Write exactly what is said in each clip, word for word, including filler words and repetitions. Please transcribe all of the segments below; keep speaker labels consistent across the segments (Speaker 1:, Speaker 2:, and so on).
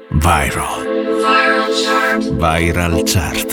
Speaker 1: Viral. Viral Chart. Viral Chart.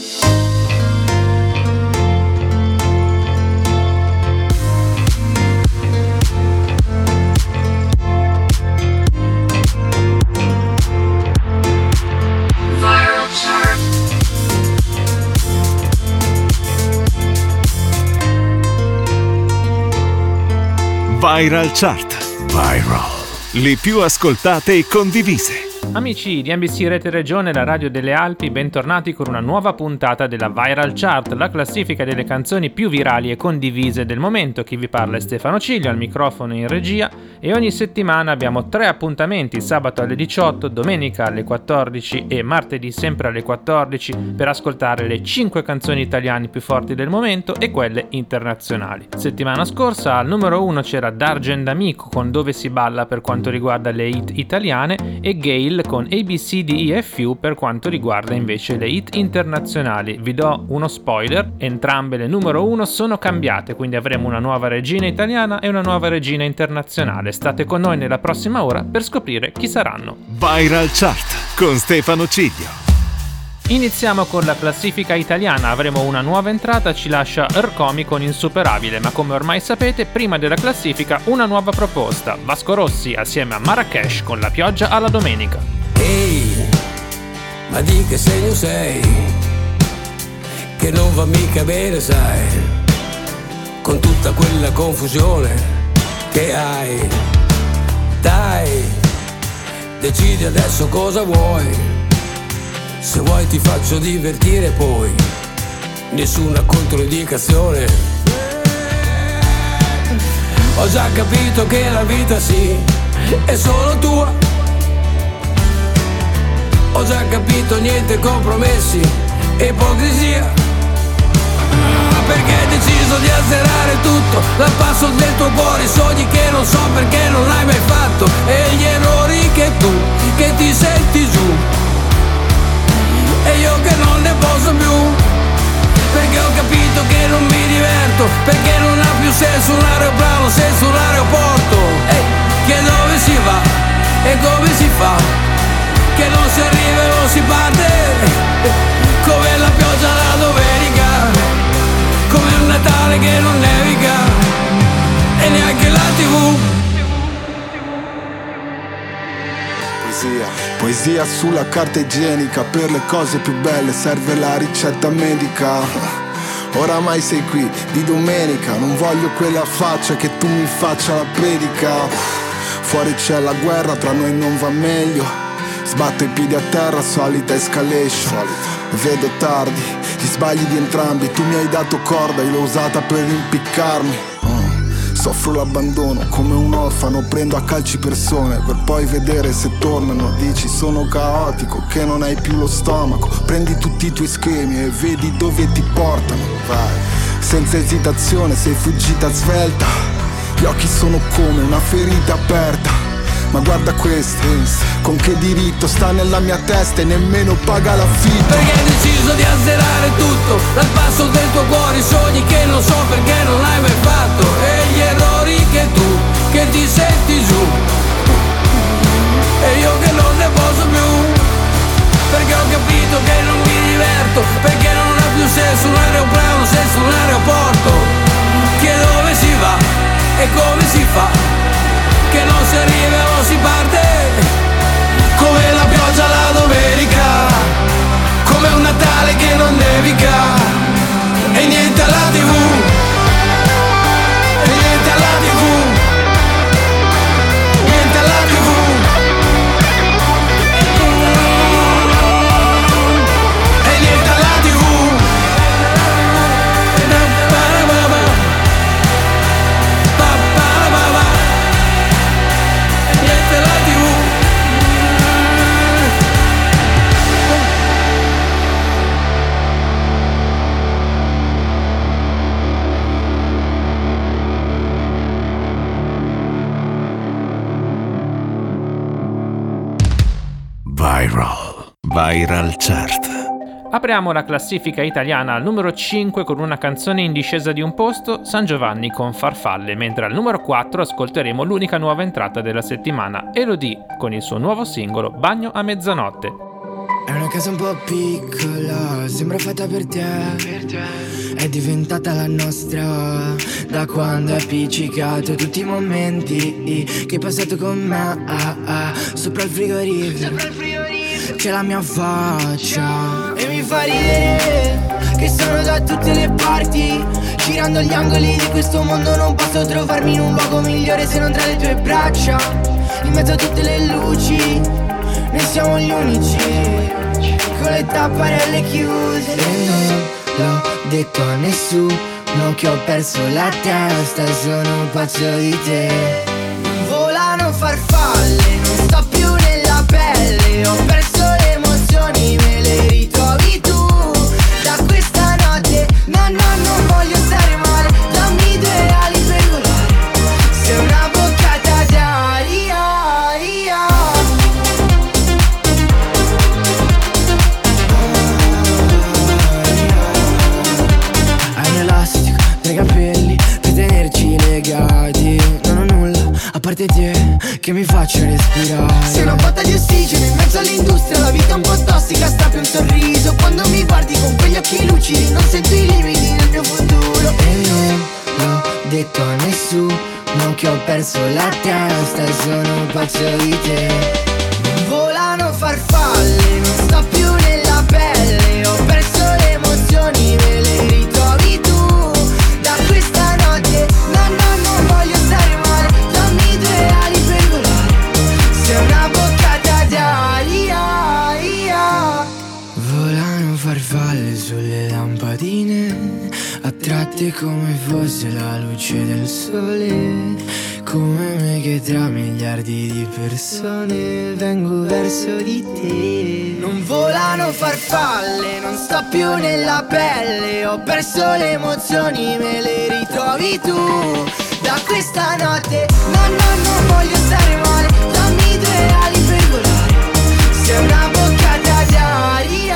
Speaker 1: Viral Chart. Viral. Le più ascoltate e condivise.
Speaker 2: Amici di N B C Rete Regione, la radio delle Alpi, bentornati con una nuova puntata della Viral Chart, la classifica delle canzoni più virali e condivise del momento. Chi vi parla è Stefano Ciglio, al microfono in regia, e ogni settimana abbiamo tre appuntamenti: sabato alle diciotto, domenica alle quattordici e martedì sempre alle quattordici, per ascoltare le cinque canzoni italiane più forti del momento e quelle internazionali. Settimana scorsa al numero uno c'era D'Argent Amico con Dove si balla per quanto riguarda le hit italiane, e Gail con A B C D E F U per quanto riguarda invece le hit internazionali. Vi do uno spoiler: entrambe le numero uno sono cambiate, quindi avremo una nuova regina italiana e una nuova regina internazionale. State con noi nella prossima ora per scoprire chi saranno.
Speaker 1: Viral Chart con Stefano Ciglio.
Speaker 2: Iniziamo con la classifica italiana. Avremo una nuova entrata, ci lascia Ercomi con Insuperabile, ma come ormai sapete, prima della classifica una nuova proposta: Vasco Rossi assieme a Marrakesh con La pioggia alla domenica.
Speaker 3: Ehi, ma di che segno sei? Che non va mica bene, sai, con tutta quella confusione che hai. Dai, decidi adesso cosa vuoi. Se vuoi ti faccio divertire, poi nessuna controindicazione. Ho già capito che la vita sì è solo tua. Ho già capito niente compromessi e ipocrisia. Perché hai deciso di azzerare tutto dal passo del tuo cuore, sogni che non so perché non hai mai fatto, e gli errori che tu, che ti senti giù. E io che non ne posso più, perché ho capito che non mi diverto, perché non ha più senso un aeroplano senza un aeroporto. Ehi, che dove si va e come si fa, che non si arriva e non si parte, come la pioggia la domenica, come un Natale che non nevica, e neanche la tivù.
Speaker 4: Poesia sulla carta igienica, per le cose più belle serve la ricetta medica. Oramai sei qui di domenica, non voglio quella faccia che tu mi faccia la predica. Fuori c'è la guerra, tra noi non va meglio. Sbatto i piedi a terra, solita escalation. Vedo tardi, gli sbagli di entrambi. Tu mi hai dato corda, io l'ho usata per impiccarmi. Soffro l'abbandono come un orfano, prendo a calci persone per poi vedere se tornano. Dici sono caotico, che non hai più lo stomaco. Prendi tutti i tuoi schemi e vedi dove ti portano. Vai, senza esitazione sei fuggita svelta. Gli occhi sono come una ferita aperta. Ma guarda questo, con che diritto sta nella mia testa e nemmeno paga l'affitto.
Speaker 3: Perché hai deciso di azzerare tutto dal passo del tuo cuore, sogni che non so perché non hai mai fatto, e gli errori che tu, che ti senti giù. E io che non ne posso più, perché ho capito che non mi diverto, perché non ha più senso un aeroplano senza un aeroporto. Che dove si va e come si fa, che non si arriva o si parte, come la pioggia la domenica, come un Natale che non nevica, e niente alla tivù, e niente alla tivù, niente alla tivù, e niente alla tivù.
Speaker 1: Viral. Viral Chart.
Speaker 2: Apriamo la classifica italiana al numero cinque con una canzone in discesa di un posto, San Giovanni con Farfalle, mentre al numero quattro ascolteremo l'unica nuova entrata della settimana, Elodie con il suo nuovo singolo Bagno a mezzanotte.
Speaker 5: È una casa un po' piccola, sembra fatta per te, per te. È diventata la nostra da quando hai appiccicato tutti i momenti che hai passato con me, ah, ah, sopra il frigorifero. Sopra il frigorifero c'è la mia faccia e mi fa ridere che sono da tutte le parti. Girando gli angoli di questo mondo non posso trovarmi in un luogo migliore se non tra le tue braccia. In mezzo a tutte le luci noi siamo gli unici, con le tapparelle chiuse. E non l'ho detto a nessuno che ho perso la testa, sono un pazzo di te. Volano farfalle, non sto più nella pelle, ho perso le emozioni, me le ritrovi tu. Da questa notte, no no non voglio stare male, dammi due ali per volare, sei una boccata d'aria. Hai un elastico nei capelli per tenerci legati, non ho nulla a parte te che mi faccia respirare. Sei una botta di ossigeno in mezzo all'industria, la vita è un po' tossica, strappi un sorriso quando mi guardi con quegli occhi lucidi, non sento i limiti del mio futuro. E non l'ho detto a nessuno che ho perso la testa, sono un pazzo di te. Volano farfalle, non sto più nella pelle, ho perso le emozioni, me le ritrovi tu. Da questa notte, no no non voglio stare male, dammi due ali per volare, sei una boccata d'aria. Volano farfalle sulle lampadine, attratte come fosse la luce del sole, come me che tra miliardi di persone vengo verso di te. Non volano farfalle, non sto più nella pelle, ho perso le emozioni, me le ritrovi tu. Da questa notte, no no non voglio stare male, dammi due ali per volare, sei una boccata d'aria.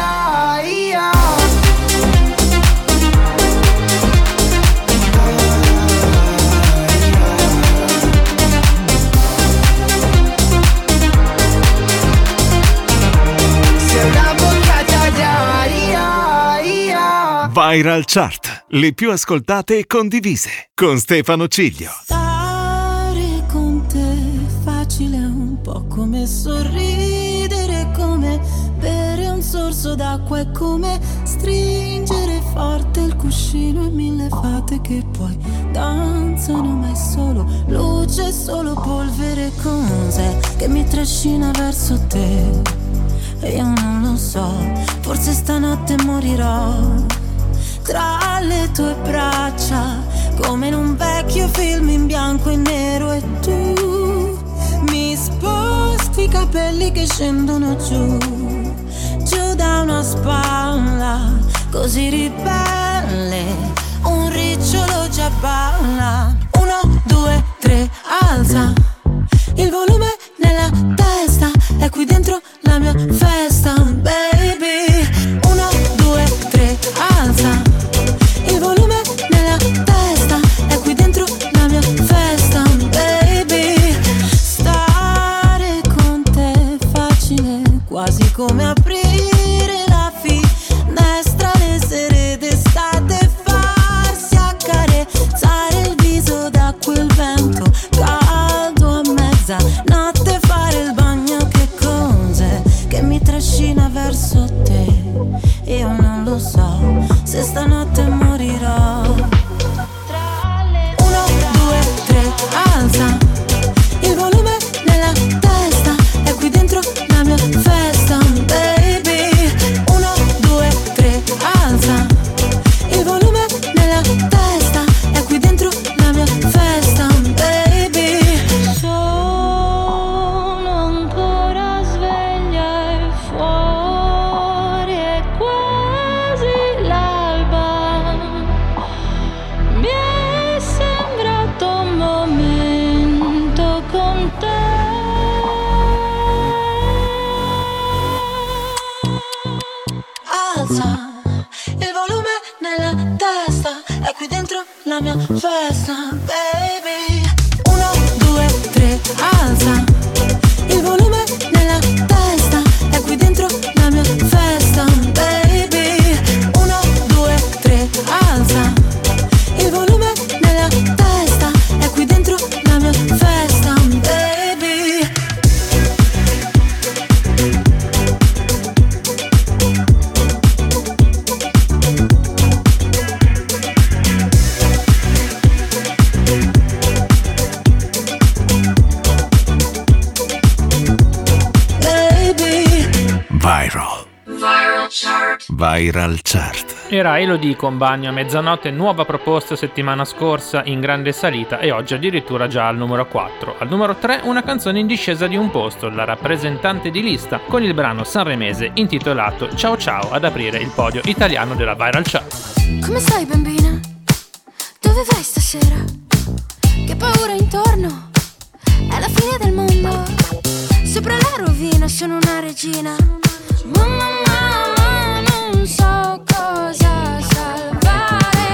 Speaker 1: Viral Chart, le più ascoltate e condivise, con Stefano Ciglio.
Speaker 6: Stare con te facile, un po' come sorridere, come bere un sorso d'acqua, è come stringere forte il cuscino e mille fate che poi danzano, ma è solo luce, solo polvere. Cos'è che mi trascina verso te? E io non lo so, forse stanotte morirò tra le tue braccia, come in un vecchio film in bianco e nero, e tu mi sposti i capelli che scendono giù, giù da una spalla, così ribelle, un ricciolo già balla. Uno, due, tre, alza il volume nella testa, è qui dentro la mia festa, baby. Uno, due, tre, alza il volume nella testa, è qui dentro la mia festa, baby. Stare con te è facile, quasi come aprire la finestra le sere d'estate, farsi accarezzare il viso da quel vento caldo a mezzanotte, fare il bagno. Che cos'è che mi trascina verso te? Io non lo so, se stanotte morirò. Uno, due, tre, alza il volume nella testa, è qui dentro la mia festa, baby. Uno, due, tre, alza il volume nella testa, è qui dentro la mia festa, baby. Sono ancora sveglia e fuori è quasi l'alba. festa, baby. Uno, due, tre, alza il volume nella testa, è qui dentro la mia festa, baby. Uno, due, tre, alza il volume nella testa, è qui dentro la mia festa, baby.
Speaker 1: Viral. Viral Chart. Viral Chart.
Speaker 2: Era Elodie con Bagno a mezzanotte, nuova proposta settimana scorsa in grande salita e oggi addirittura già al numero quattro. Al numero tre una canzone in discesa di un posto, la rappresentante di lista, con il brano sanremese intitolato Ciao Ciao ad aprire il podio italiano della Viral Chart.
Speaker 7: Come stai bambina? Dove vai stasera? Che paura intorno? È la fine del mondo. Sopra la rovina sono una regina. Mamma, mamma, non so cosa salvare.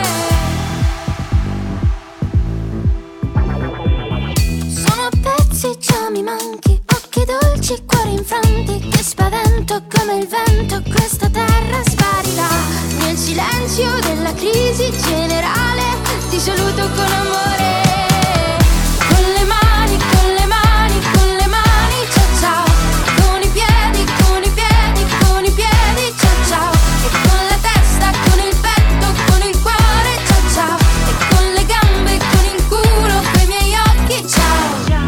Speaker 7: Sono pezzi, già mi manchi. Occhi dolci, cuori infranti. Che spavento come il vento. Questa terra sparirà. Nel silenzio della crisi generale ti saluto con amore. Con le mani, con le mani, con le mani, ciao ciao. Con i piedi, con i piedi, con i piedi, ciao ciao. E con la testa, con il petto, con il cuore, ciao ciao. E con le gambe, con il culo, coi miei occhi, ciao.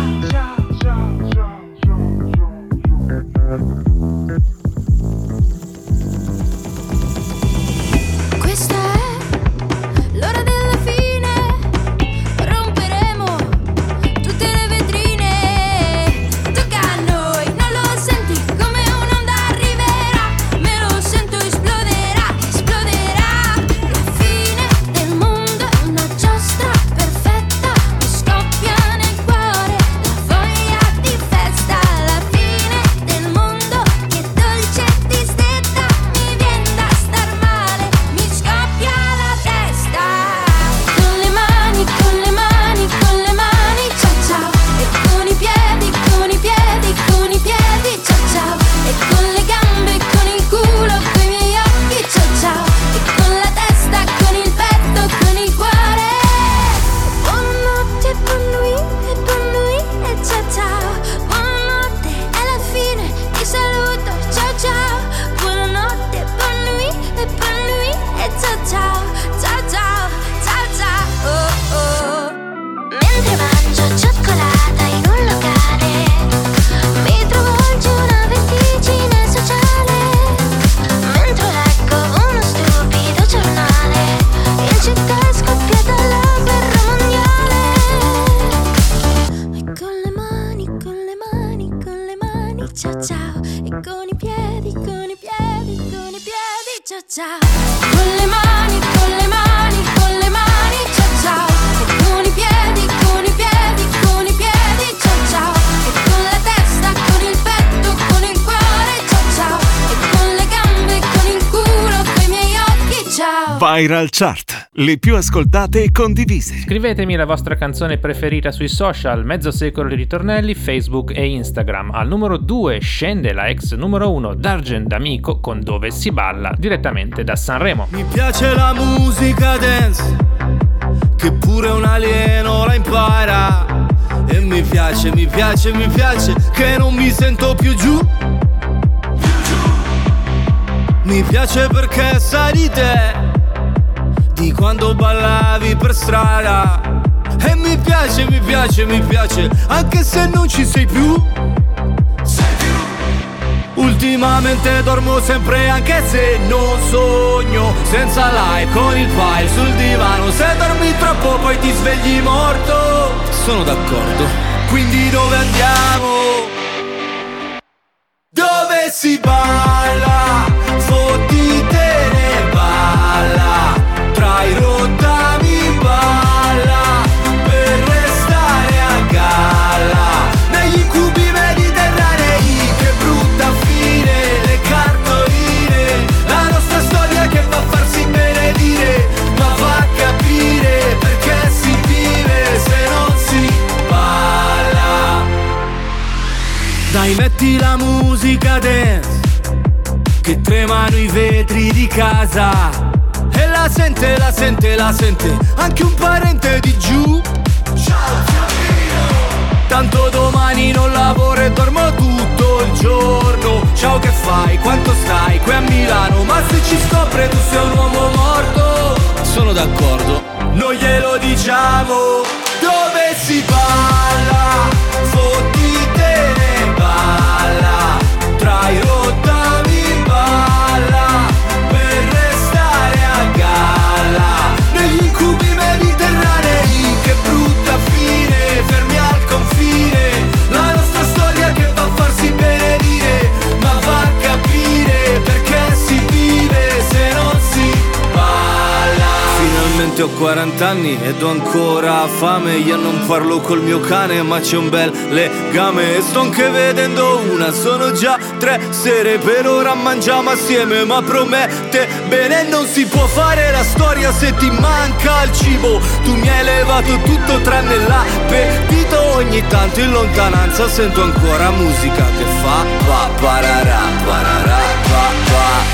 Speaker 7: Questa è l'ora della fine. Romperemo tutte le vetrine. Tocca a noi, non lo senti come un'onda arriverà. Me lo sento, esploderà, esploderà. La fine del mondo è una giostra perfetta. Mi scoppia nel cuore la voglia di festa. La fine del mondo che dolce distetta. Mi viene da star male, mi scoppia la testa. Con le mani, con le mani, con le mani, ciao ciao. E con i piedi, con i piedi, con i piedi, ciao ciao. E con le gambe, con il culo, coi miei occhi, ciao ciao. E con la testa, con il petto, con il cuore. Buonanotte, buon nuit, e buon nuit, e ciao ciao. Buonanotte, è la fine, ti saluto, ciao ciao. Buonanotte, buon nuit, e buon nuit, e ciao ciao. Ciao ciao, ciao ciao, oh oh. Mentre mangio cioccolata in un locale, mi trovo oggi una vertigine sociale. Mentre leggo uno stupido giornale, in città è scoppiata la guerra mondiale. E con le mani, con le mani, con le mani, ciao ciao. E con i piedi, con i piedi, con i piedi, ciao ciao. Con le mani, con le mani, con le mani, ciao ciao. E con i piedi, con i piedi, con i piedi, ciao ciao. E con la testa, con il petto, con il cuore, ciao ciao. E con le gambe, con il culo, coi miei occhi, ciao.
Speaker 1: Viral Chart. Le più ascoltate e condivise.
Speaker 2: Scrivetemi la vostra canzone preferita sui social, mezzo secolo di ritornelli, Facebook e Instagram. Al numero due scende la ex numero uno D'Argent D'Amico con Dove si balla, direttamente da Sanremo.
Speaker 3: Mi piace la musica dance, che pure un alieno la impara. E mi piace, mi piace, mi piace, che non mi sento più giù. Mi piace perché sai di te, di quando ballavi per strada. E mi piace, mi piace, mi piace, anche se non ci sei più. Sei più. Ultimamente dormo sempre anche se non sogno, senza like con il file sul divano. Se dormi troppo poi ti svegli morto. Sono d'accordo. Quindi dove andiamo? Dove si balla? Fottitene balla. Tra i rottami balla, per restare a galla. Negli incubi mediterranei, che brutta fine. Le cartoline, la nostra storia che fa farsi benedire, ma fa capire perché si metti la musica dance, che tremano i vetri di casa, e la sente, la sente, la sente anche un parente di giù. Ciao Fiorino, tanto domani non lavoro e dormo tutto il giorno. Ciao, che fai? Quanto stai? Qui a Milano, ma se ci scopre tu sei un uomo morto. Sono d'accordo, non glielo diciamo. Dove si balla, fottitene balla, tra i rottami in balla, per restare a galla, negli incubi mediterranei. Che brutta fine, fermi al confine, la nostra storia che va a farsi benedire, ma va a capire perché si vive se non si balla. Finalmente ho quaranta anni ed ho ancora fame, io non parlo col mio cane ma c'è un bel legame, e sto anche vedendo una, sono già tre sere, per ora mangiamo assieme ma promette bene. Non si può fare la storia se ti manca il cibo, tu mi hai levato tutto tranne l'appetito. Ogni tanto in lontananza sento ancora musica che fa pa pararà, pararà, pa pa.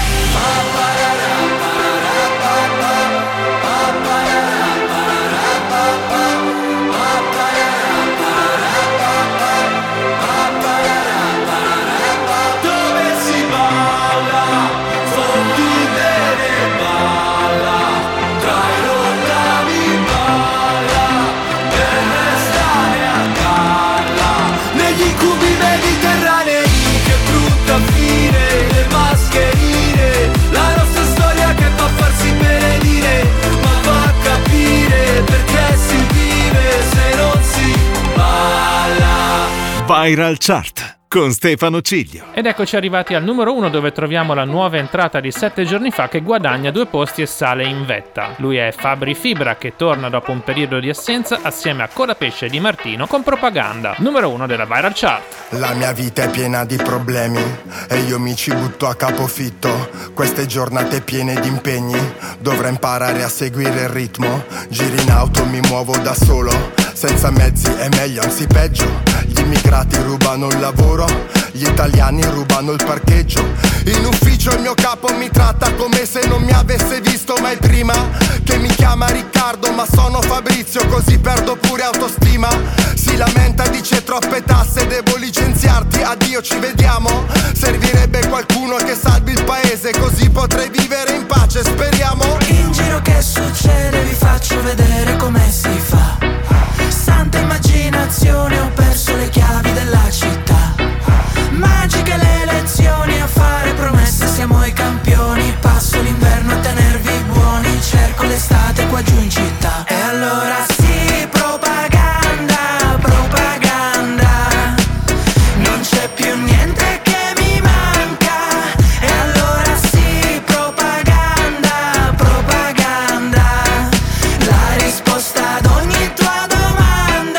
Speaker 1: Viral Chart con Stefano Ciglio.
Speaker 2: Ed eccoci arrivati al numero uno, dove troviamo la nuova entrata di sette giorni fa che guadagna due posti e sale in vetta. Lui è Fabri Fibra, che torna dopo un periodo di assenza assieme a Colapesce Di Martino con Propaganda, numero uno della Viral Chart.
Speaker 8: La mia vita è piena di problemi e io mi ci butto a capofitto. Queste giornate piene di impegni, dovrei imparare a seguire il ritmo. Giri in auto, mi muovo da solo, senza mezzi è meglio, anzi peggio. Gli immigrati rubano il lavoro, gli italiani rubano il parcheggio. In ufficio il mio capo mi tratta come se non mi avesse visto mai prima. Che mi chiama Riccardo ma sono Fabrizio, così perdo pure autostima. Si lamenta, dice troppe tasse, devo licenziarti, addio ci vediamo. Servirebbe qualcuno che salvi il paese, così potrei vivere in pace, speriamo.
Speaker 5: In giro che succede, vi faccio vedere come si fa. Santa immaginazione, ho perso le chiavi della città. Magiche le elezioni, a fare promesse siamo i campioni. Passo l'inverno a tenervi buoni, cerco l'estate qua giù in città. E allora sì, propaganda, propaganda, non c'è più niente che mi manca. E allora sì, propaganda, propaganda, la risposta ad ogni tua domanda.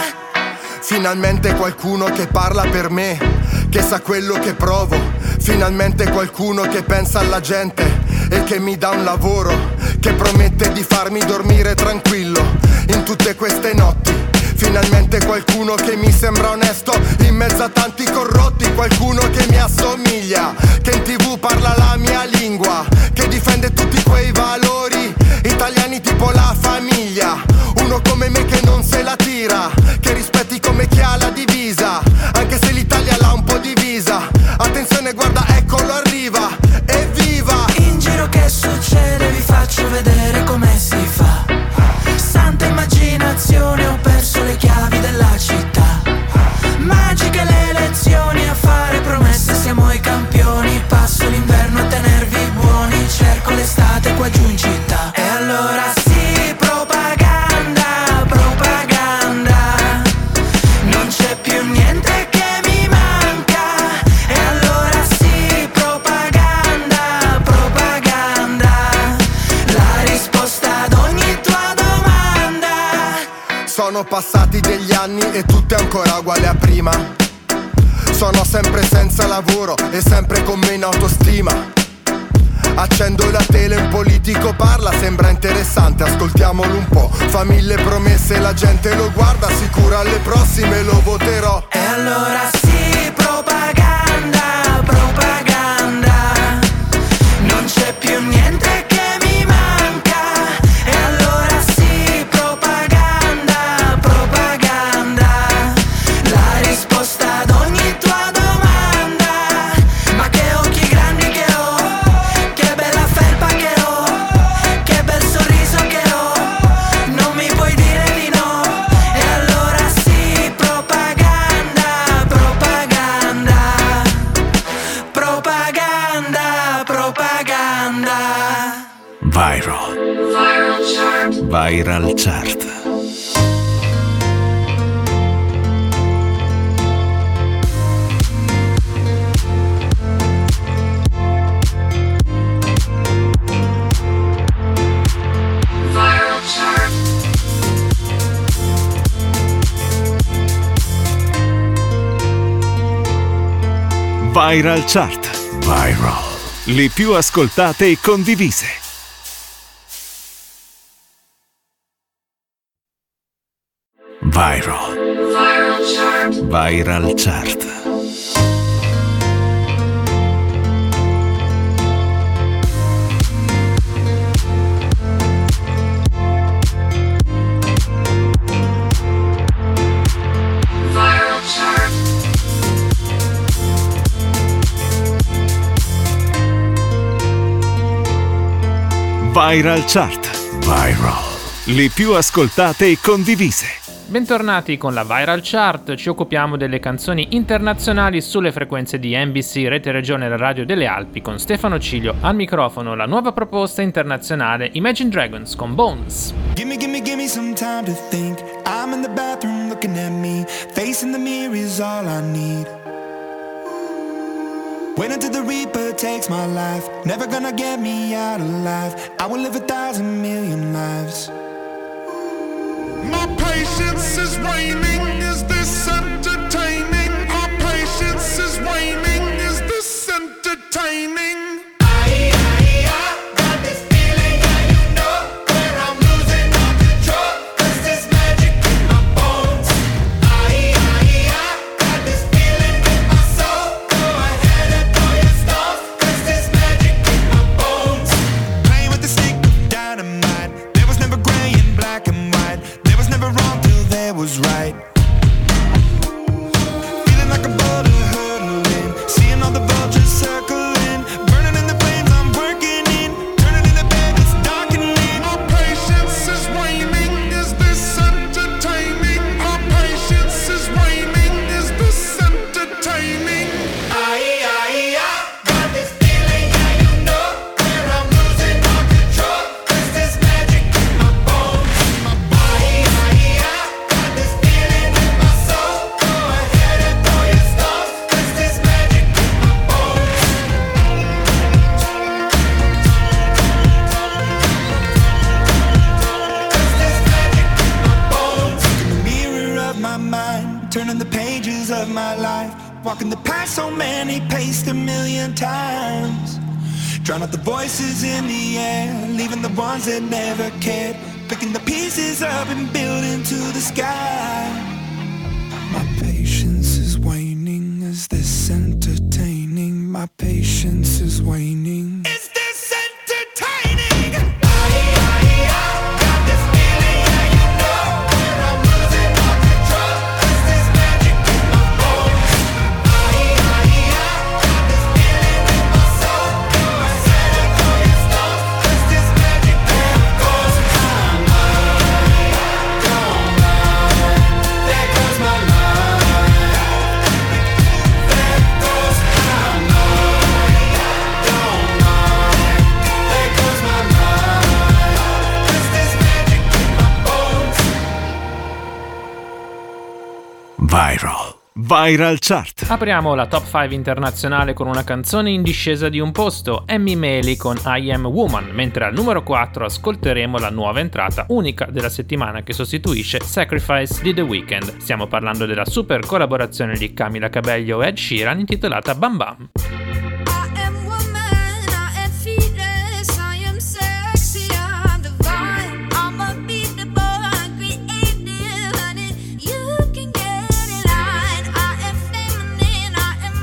Speaker 8: Finalmente qualcuno che parla per me, che sa quello che provo. Finalmente qualcuno che pensa alla gente e che mi dà un lavoro, che promette di farmi dormire tranquillo in tutte queste notti. Finalmente qualcuno che mi sembra onesto in mezzo a tanti corrotti. Qualcuno che mi assomiglia, che in tv parla la mia lingua, che difende tutti quei valori italiani tipo la famiglia. Uno come me che non se la tira, che rispetti come chi ha la divisa, anche se l'Italia l'ha un po' divisa. Attenzione, guarda, eccolo arriva, evviva!
Speaker 5: In giro che succede, vi faccio vedere come si fa. Santa immaginazione, ho perso le chiavi della città. Magiche le elezioni, a fare promesse siamo i campioni. Passo l'inverno a tenervi buoni, cerco l'estate qua giù in città. E allora sì, propaganda, propaganda, non c'è più niente che mi manca. E allora sì, propaganda, propaganda, la risposta ad ogni tua domanda.
Speaker 8: Sono passati degli anni e tutto è ancora uguale a prima. Sono sempre senza lavoro e sempre con meno autostima. Accendo la tele, un politico parla, sembra interessante, ascoltiamolo un po'. Fa mille promesse, la gente lo guarda, sicura alle prossime lo voterò.
Speaker 5: E allora sì, pro propaganda, propaganda. Non c'è più niente che mi manca, e allora sì, propaganda, propaganda. La risposta ad ogni tua domanda. Ma che occhi grandi che ho, che bella felpa che ho, che bel sorriso che ho, non mi puoi dire di no. E allora sì, propaganda, propaganda, propaganda, propaganda.
Speaker 1: Viral.
Speaker 7: Viral chart.
Speaker 1: Viral Chart.
Speaker 7: Viral chart.
Speaker 1: Viral Chart. Viral. Le più ascoltate e condivise. Viral.
Speaker 7: Viral chart.
Speaker 1: Viral Chart.
Speaker 7: Viral chart.
Speaker 1: Viral Chart. Viral. Le più ascoltate e condivise.
Speaker 2: Bentornati con la Viral Chart, ci occupiamo delle canzoni internazionali sulle frequenze di N B C, Rete Regione e la Radio delle Alpi, con Stefano Ciglio al microfono. La nuova proposta internazionale Imagine Dragons con Bones.
Speaker 9: Gimme, gimme, gimme some time to think. I'm in the bathroom looking at me. Facing the mirror is all I need. Wait until the Reaper takes my life. Never gonna get me out alive. I will live a thousand million lives.
Speaker 10: My patience is waning, is this entertaining? My patience is waning, is this entertaining?
Speaker 5: Aye, aye, I got this feeling, yeah, you know, where I'm losing all control, 'cause there's magic in my bones. Aye, aye, I got this feeling in my soul. Go ahead and throw your stones, 'cause there's magic in my bones.
Speaker 9: Playing with the stick of dynamite. There was never gray and black and white. There was never wrong till there was right. Feeling like a boulder hurtling, seeing all the vultures circling, burning in the flames I'm working in, turning in the bed it's darkening.
Speaker 10: My patience is waning, is this entertaining? My patience is waning, is this entertaining?
Speaker 5: Aye, aye, I got this feeling, yeah, you know, where I'm losing all control, 'cause there's magic in my bones. Aye, aye, I got this feeling in my soul. Go ahead and throw your stones, 'cause there's magic in my bones.
Speaker 9: In the mirror of my mind, turning the pages of my life, walking the path so many paced a million times. Drown out the voices in the air, leaving the ones that never cared, picking the pieces up and building to the sky. My patience is waning, is this entertaining? My patience is waning.
Speaker 5: Is this entertaining? Aye, aye, I got this feeling, yeah, you know, where I'm losing all control, 'cause there's magic in my bones. Aye, aye, I got this feeling in my soul. Go ahead and throw your stones, 'cause there's magic in my bones. I'm mine, don't mind, there goes my mind. There goes my mind, don't mind, there goes my mind. 'Cause there's magic in my bones.
Speaker 1: Viral. Viral Chart.
Speaker 2: Apriamo la top cinque internazionale con una canzone in discesa di un posto, Amy Maley con I Am Woman, mentre al numero quattro ascolteremo la nuova entrata unica della settimana che sostituisce Sacrifice di The Weeknd. Stiamo parlando della super collaborazione di Camila Cabello e Ed Sheeran intitolata Bam Bam.
Speaker 7: I am woman, I am fearless, I am sexy, I'm divine, I'm unbeatable, I'm creative, honey, you can get in line. I am feminine, I am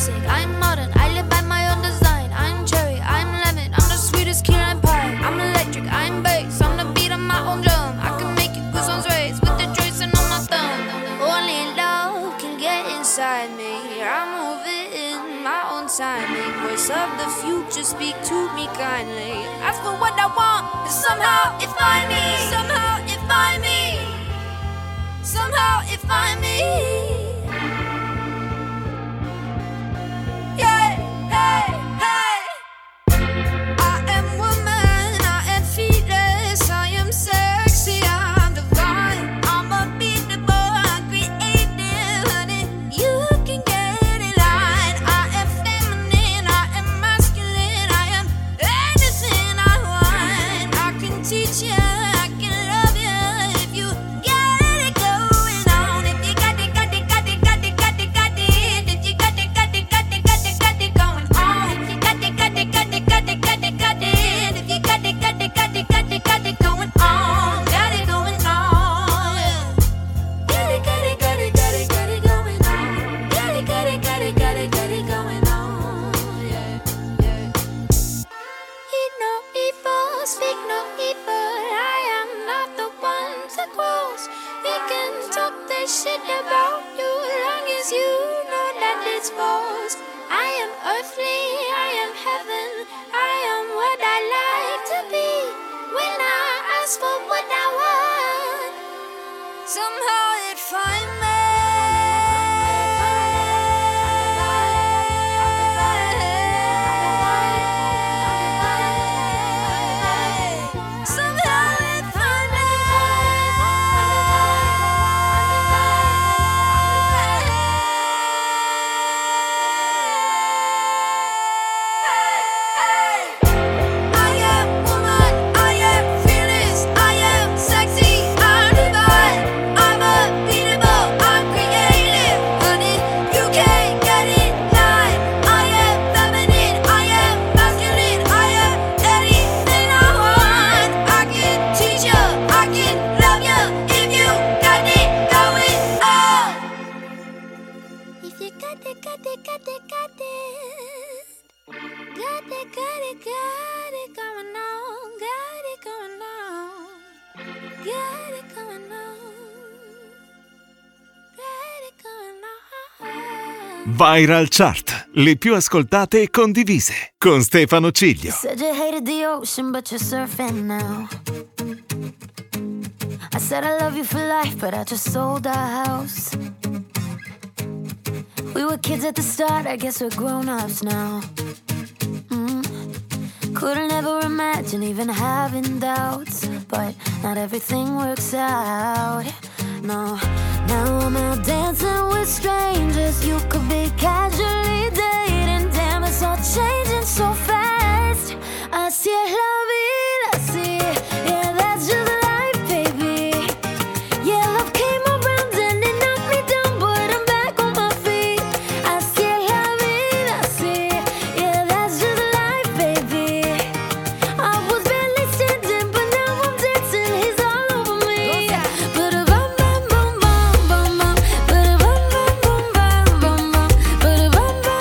Speaker 7: basic, I'm modern, I live by my own design. I'm cherry, I'm lemon, I'm the sweetest key lime pie. I'm electric, I'm bass, I'm the beat of my own drum. I can make you goosebumps raise with the joints on my thumb. Only love can get inside me. I'm moving in my own timing. Voice of the future, speak to me kindly. Ask for what I want, and somehow it find me. Somehow it find me. Somehow it find me. Yeah, hey, hey. I am woman, I am fearless, I am sexy, I'm divine. I'm unbeatable, I'm creative, honey. You can get in line. I am feminine, I am masculine, I am anything I want. I can teach you, I can love you if you get it going on. If you got it, got it, got it, got it, got it, got it. If you got it, got it, got it, got it, got it going on. If you got it, got it, got it, got it, got it, got it. If you got it, got it, got it, got it, got it going on. Got it going on. Got it, got it, got it, got it, got it going on. Got it, got it, got it, got it, got it going on. Yeah, yeah. Eat no evil, speak no evil. I am not the one to close. We can talk this shit about you long as you know that it's false. I am earthly, I am heaven. I am what I like to be. When I ask for what I want, somehow it find me. Somehow it find me. I am woman, I am fearless, I am sexy, I'm divine. I'm unbeatable, I'm creative, honey. You can't get in line. I am feminine, I am masculine, I am anything I want. I can teach you, I can love you if you got it going on. If you got it, got it, got it, got it. Got it, got it, got it going on. Got it going on. Got it going on. Got it going on.
Speaker 1: Viral Chart, le più ascoltate e condivise, con Stefano Ciglio.
Speaker 7: Said you hated the ocean, but you're surfing now. I said I love you for life, but I just sold our house. We were kids at the start, I guess we're grown-ups now. Mm. Couldn't ever imagine even having doubts, but not everything works out. No, now I'm out dancing with strangers. You could be casually dating. Damn, it's all changing so fast. Así es la vida, sí. Yeah, that's just life, baby. Yeah, love came around and it knocked me down, but I'm back on my feet. Así es la vida, sí. Yeah, that's just life, baby. I was barely standing, but now I'm dancing. He's all over me. Ba-da-bum, bum, bum, bum, bum, bum. Ba-da-bum, bum, bum, bum, bum, bum. Ba-da-bum, bum,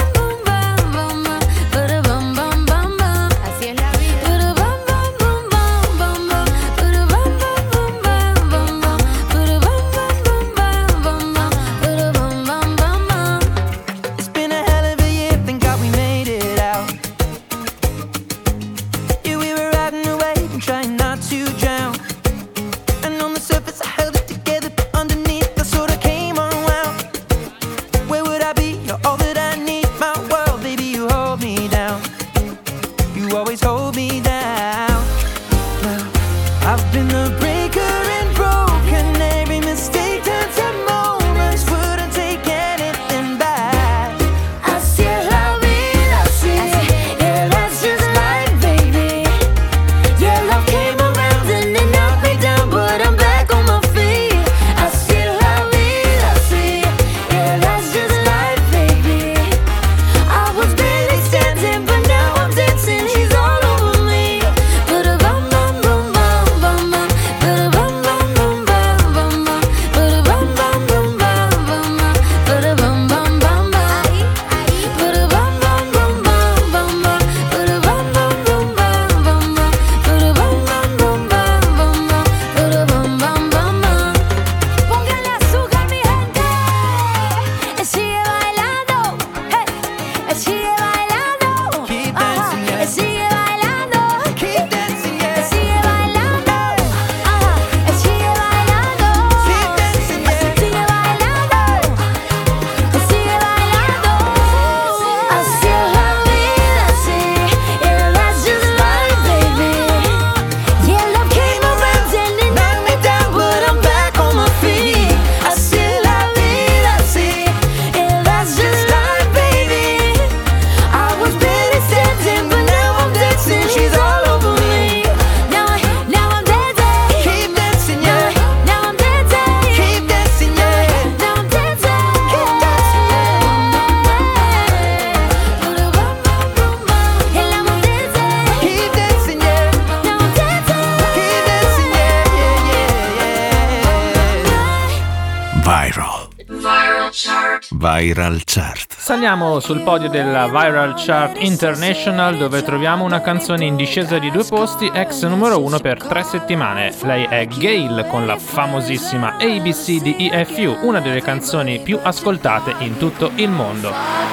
Speaker 1: Viral Chart.
Speaker 2: Saliamo sul podio della Viral Chart International, dove troviamo una canzone in discesa di due posti, ex numero uno per tre settimane. Lei è Gayle con la famosissima A B C D E F U, una delle canzoni più ascoltate in tutto il mondo.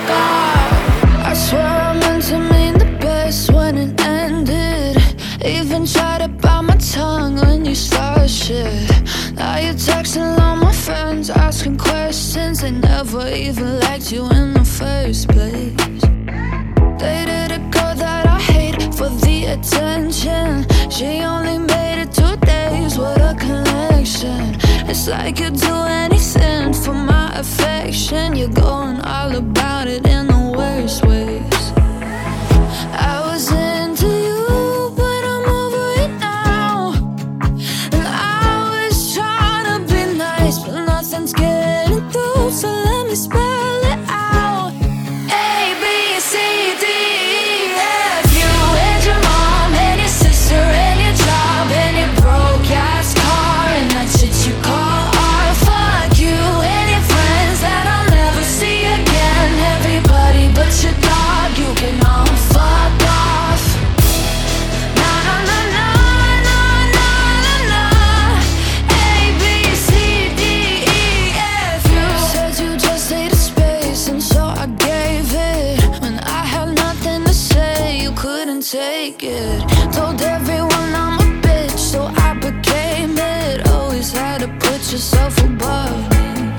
Speaker 7: I swear I meant to mean the best when it ended. Even tried to bite my tongue when you started shit. Now you're texting all my friends, asking questions. They never even liked you in the first place. Dated a girl that I hate for the attention. She only made it two days with a connection. It's like you'd do anything for my affection. You're going all about it in the worst ways. I was into you, but I'm over it now. And I was trying to be nice, but nothing's getting through, so let me spell it out. A, B, C, D, E, F, you and your mom and your sister and your job and your broke ass car and that shit you call art. Fuck you and your friends that I'll never see again. Everybody but your dog, you can all fuck off. Na na na na na na na na. A, B, C, D, E, F, you said you just needed space, and so I gave it. When I had nothing to say, you couldn't take it. Told everyone I'm a bitch, so I became it. Always had to put yourself above me.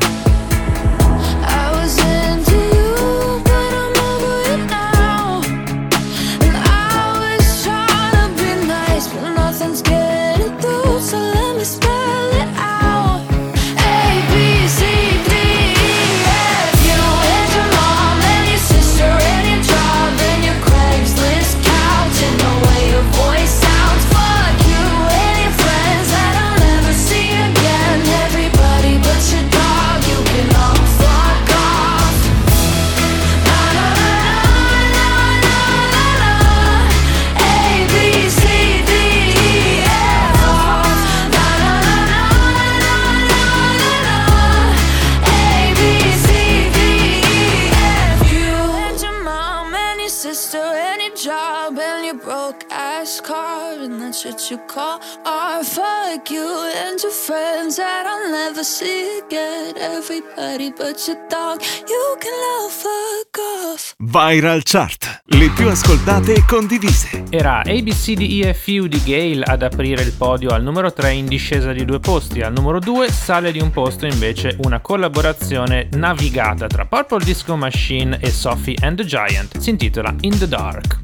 Speaker 7: I was into you, but I'm over it now. And I was trying to be nice, but nothing's getting through, so let me spell it out. A, B, C, D, E, F, you and your mom and your sister and your job and your Craigslist couch and the way your voice sounds. Fuck you and your friends that I'll never see again. Everybody but your dog, you can all fuck off. Na na na na na na na. A, B, C, D, E, F, off. Na na na na na na na. A, B, C, D, E, F, you and your mom and your sister and your job and your broke ass car and that shit you call art. Fuck you and your friends that I'll never see again. Everybody but your dog, you can all fuck off.
Speaker 1: Viral Chart, le più ascoltate e condivise.
Speaker 2: Era A B C D E F U di Gayle ad aprire il podio al numero tre in discesa di due posti. Al numero due sale di un posto invece una collaborazione navigata tra Purple Disco Machine e Sophie and the Giant. Si intitola In the Dark.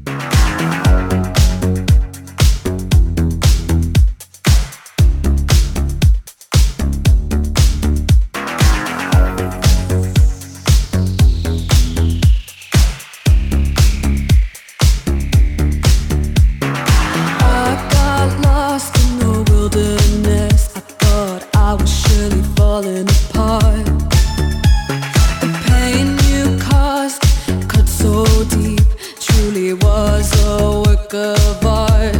Speaker 6: I got lost in the wilderness. I thought I was surely falling apart. The pain you caused cut so deep, truly was a work of art.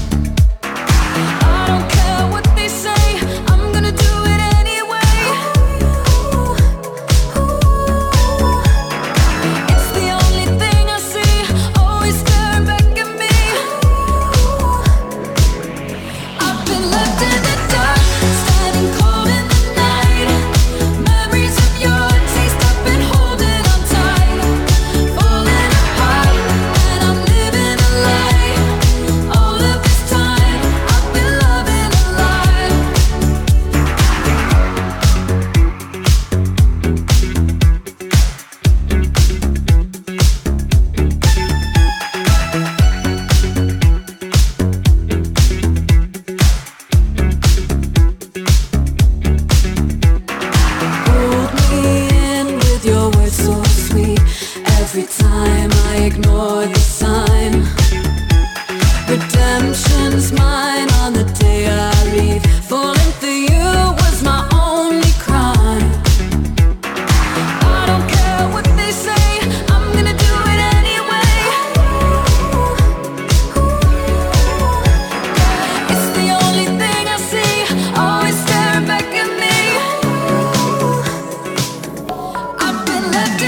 Speaker 6: I don't care what they say, I'm gonna do it anyway. It's the only thing I see, always staring back at me. I've been left in the dark, standing cold in the night. Memories of your taste, I've been holding on tight. Falling apart, and I'm living a lie. All of this time, I've been loving a lie. Hold me in with your words so sweet. Every time I ignore the sign, redemption's mine on the day I leave. Falling for you was my only crime. I don't care what they say, I'm gonna do it anyway. It's the only thing I see, always staring back at me. I've been left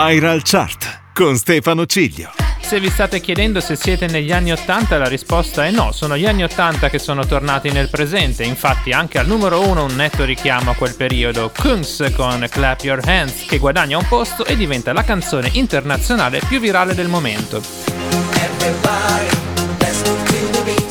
Speaker 1: Viral Chart con Stefano Ciglio.
Speaker 2: Se vi state chiedendo se siete negli anni ottanta, la risposta è no, sono gli anni ottanta che sono tornati nel presente, infatti anche al numero uno un netto richiamo a quel periodo, Kungs con Clap Your Hands, che guadagna un posto e diventa la canzone internazionale più virale del momento.
Speaker 11: Everybody, let's move to the beat.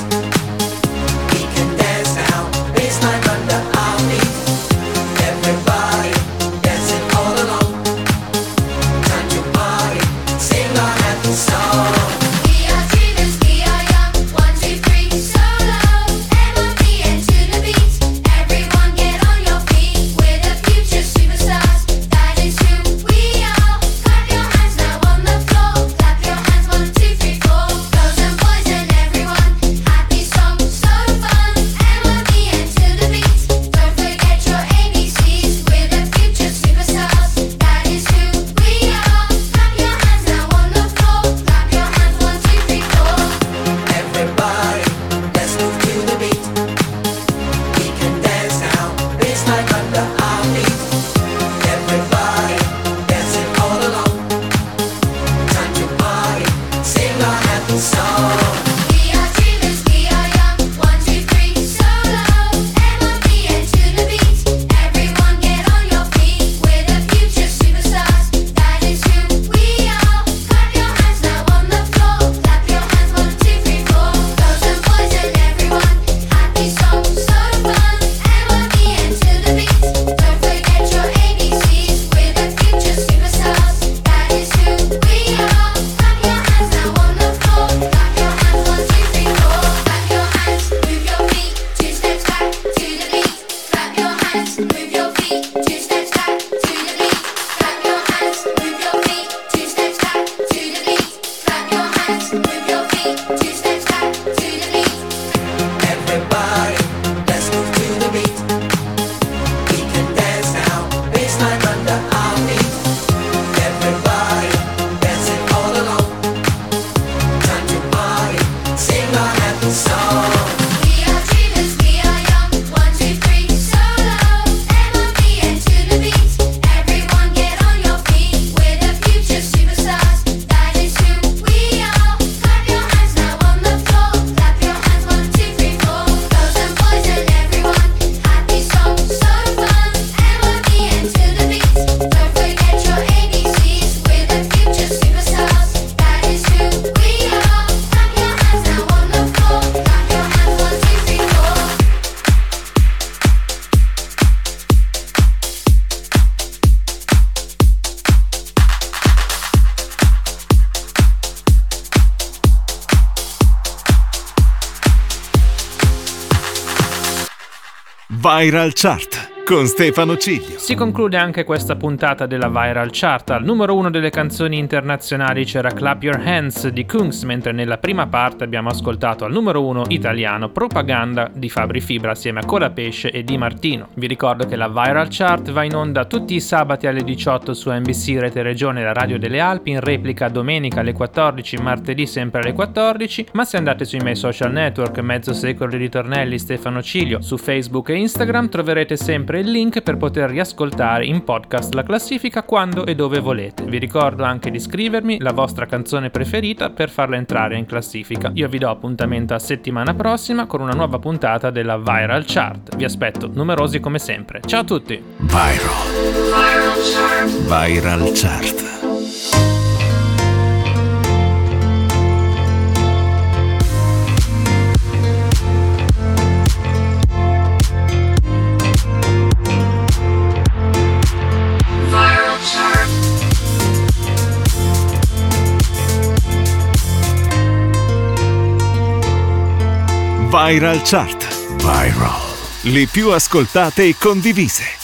Speaker 11: We can dance now, baseline under our feet. Everybody, dancing all along. Time to party, sing our happy song.
Speaker 7: We are dreamers, we are young. One, two, three, solo. M O P and to the beat. Everyone get on your feet. We're the future superstars. That is who we are. Clap your hands now on the floor. Clap your hands, one, two, three, four. Girls and boys and everyone. Happy song, so fun. M O P and to the beat. Don't forget your A B Cs. We're the future superstars. That is who we are. Clap your hands now on the floor. Clap your hands, one, two, three, four.
Speaker 11: Everybody, let's move to the beat. We can dance now, baseline under our feet. Everybody, dancing all along. Time to party, sing our happy song.
Speaker 7: We are dreamers, we are young. One, two, three, solo. M O P and to the beat. Everyone get on your feet. We're the future superstars. That is who we are. Clap your hands now on the floor. Clap your hands, one, two, three, four. Girls and boys and everyone. Happy song, so fun. M O P and to the beat. Don't forget your A B Cs. We're the future superstars. That is who we are. Clap your hands now on the floor. Clap your hands, one, two, three, four. Clap your hands, move your feet. Two steps back to the beat. Clap your hands, move your feet. Two steps back to the beat. Clap your hands, move your feet. Two steps back to the beat. Clap your hands, move your feet. Two steps back to the beat.
Speaker 11: Everybody, let's move to the beat. We can dance now, baseline under our feet. Everybody, dancing all along. Time to party, sing our happy song.
Speaker 7: We are dreamers, we are young. One, two, three, solo. M O P and to the beat. Everyone get on your feet. We're the future superstars. That is who we are. Clap your hands now on the floor. Clap your hands, one, two, three, four. Girls and boys and everyone. Happy song, so fun. M O P and to the beat. Don't forget your A B Cs. We're the future superstars. That is who we are. Clap your hands now on the floor. Clap your hands, one, two, three, four.
Speaker 1: Viral Chart con Stefano Ciglio.
Speaker 2: Si conclude anche questa puntata della Viral Chart. Al numero uno delle canzoni internazionali c'era Clap Your Hands di Kungs, mentre nella prima parte abbiamo ascoltato al numero uno italiano Propaganda di Fabri Fibra assieme a Colapesce e Di Martino. Vi ricordo che la Viral Chart va in onda tutti i sabati alle diciotto su N B C Rete Regione, la radio delle Alpi, in replica domenica alle quattordici, martedì sempre alle quattordici, ma se andate sui miei social network, Mezzo Secolo di Ritornelli, Stefano Ciglio, su Facebook e Instagram troverete sempre il link per poter riascoltare in podcast la classifica quando e dove volete. Vi ricordo anche di scrivermi la vostra canzone preferita per farla entrare in classifica. Io vi do appuntamento a settimana prossima con una nuova puntata della Viral Chart. Vi aspetto numerosi come sempre. Ciao a tutti!
Speaker 1: Viral. Viral Chart. Viral Chart. Viral Chart. Viral. Le più ascoltate e condivise.